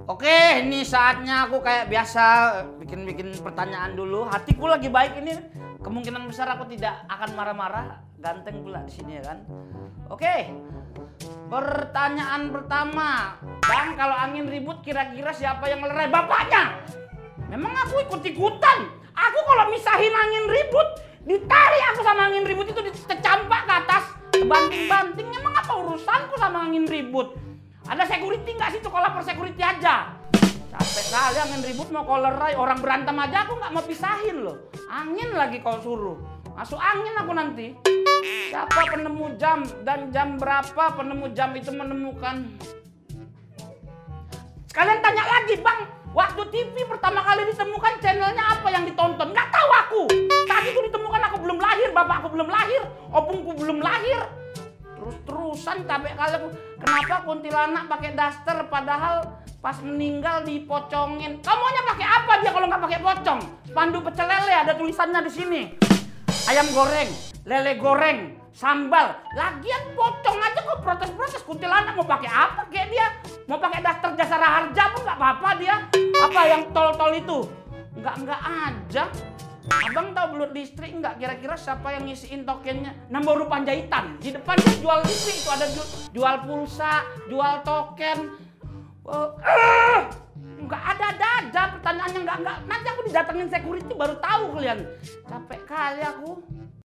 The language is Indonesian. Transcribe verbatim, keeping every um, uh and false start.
Oke, ini saatnya aku kayak biasa bikin-bikin pertanyaan dulu. Hatiku lagi baik ini, kemungkinan besar aku tidak akan marah-marah. Ganteng pula di sini ya kan. Oke, pertanyaan pertama, Bang, kalau angin ribut kira-kira siapa yang lerai? Bapaknya. Memang aku ikut-ikutan. Aku kalau misahin angin ribut, ditarik aku sama angin ribut itu dicampak ke atas, banting-banting. Emang apa urusanku sama angin ribut? Ada security nggak situ? Kalau per security aja. Capek kali angin ribut mau kau lerai. Orang berantem aja aku nggak mau pisahin loh. Angin lagi kau suruh. Masuk angin aku nanti. Siapa penemu jam dan jam berapa penemu jam itu menemukan? Sekalian tanya lagi, Bang. Waktu T V pertama kali ditemukan channelnya apa yang ditonton? Nggak tahu aku. Tadi itu ditemukan aku belum lahir, bapakku belum lahir, opungku belum lahir. Terus-terusan capek kali aku. Kenapa kuntilanak pakai daster padahal pas meninggal dipocongin? Kamu maunya pakai apa dia kalau nggak pakai pocong? Spanduk pecel lele ada tulisannya di sini. Ayam goreng, lele goreng, sambal. Lagian pocong aja kok protes-protes. Kuntilanak mau pakai apa kayak dia? Mau pakai daster Jasara Harja pun nggak apa-apa dia. Apa yang tol-tol itu? Nggak-nggak aja. Abang tahu belut listrik nggak? Kira-kira siapa yang ngisiin tokennya? Namboru Panjaitan. Di depan dia jual listrik itu ada ju jual pulsa, jual token. Oh, uh, nggak ada-ada aja pertanyaannya nggak nggak. Nanti aku didatengin security baru tahu kalian. Capek kali aku.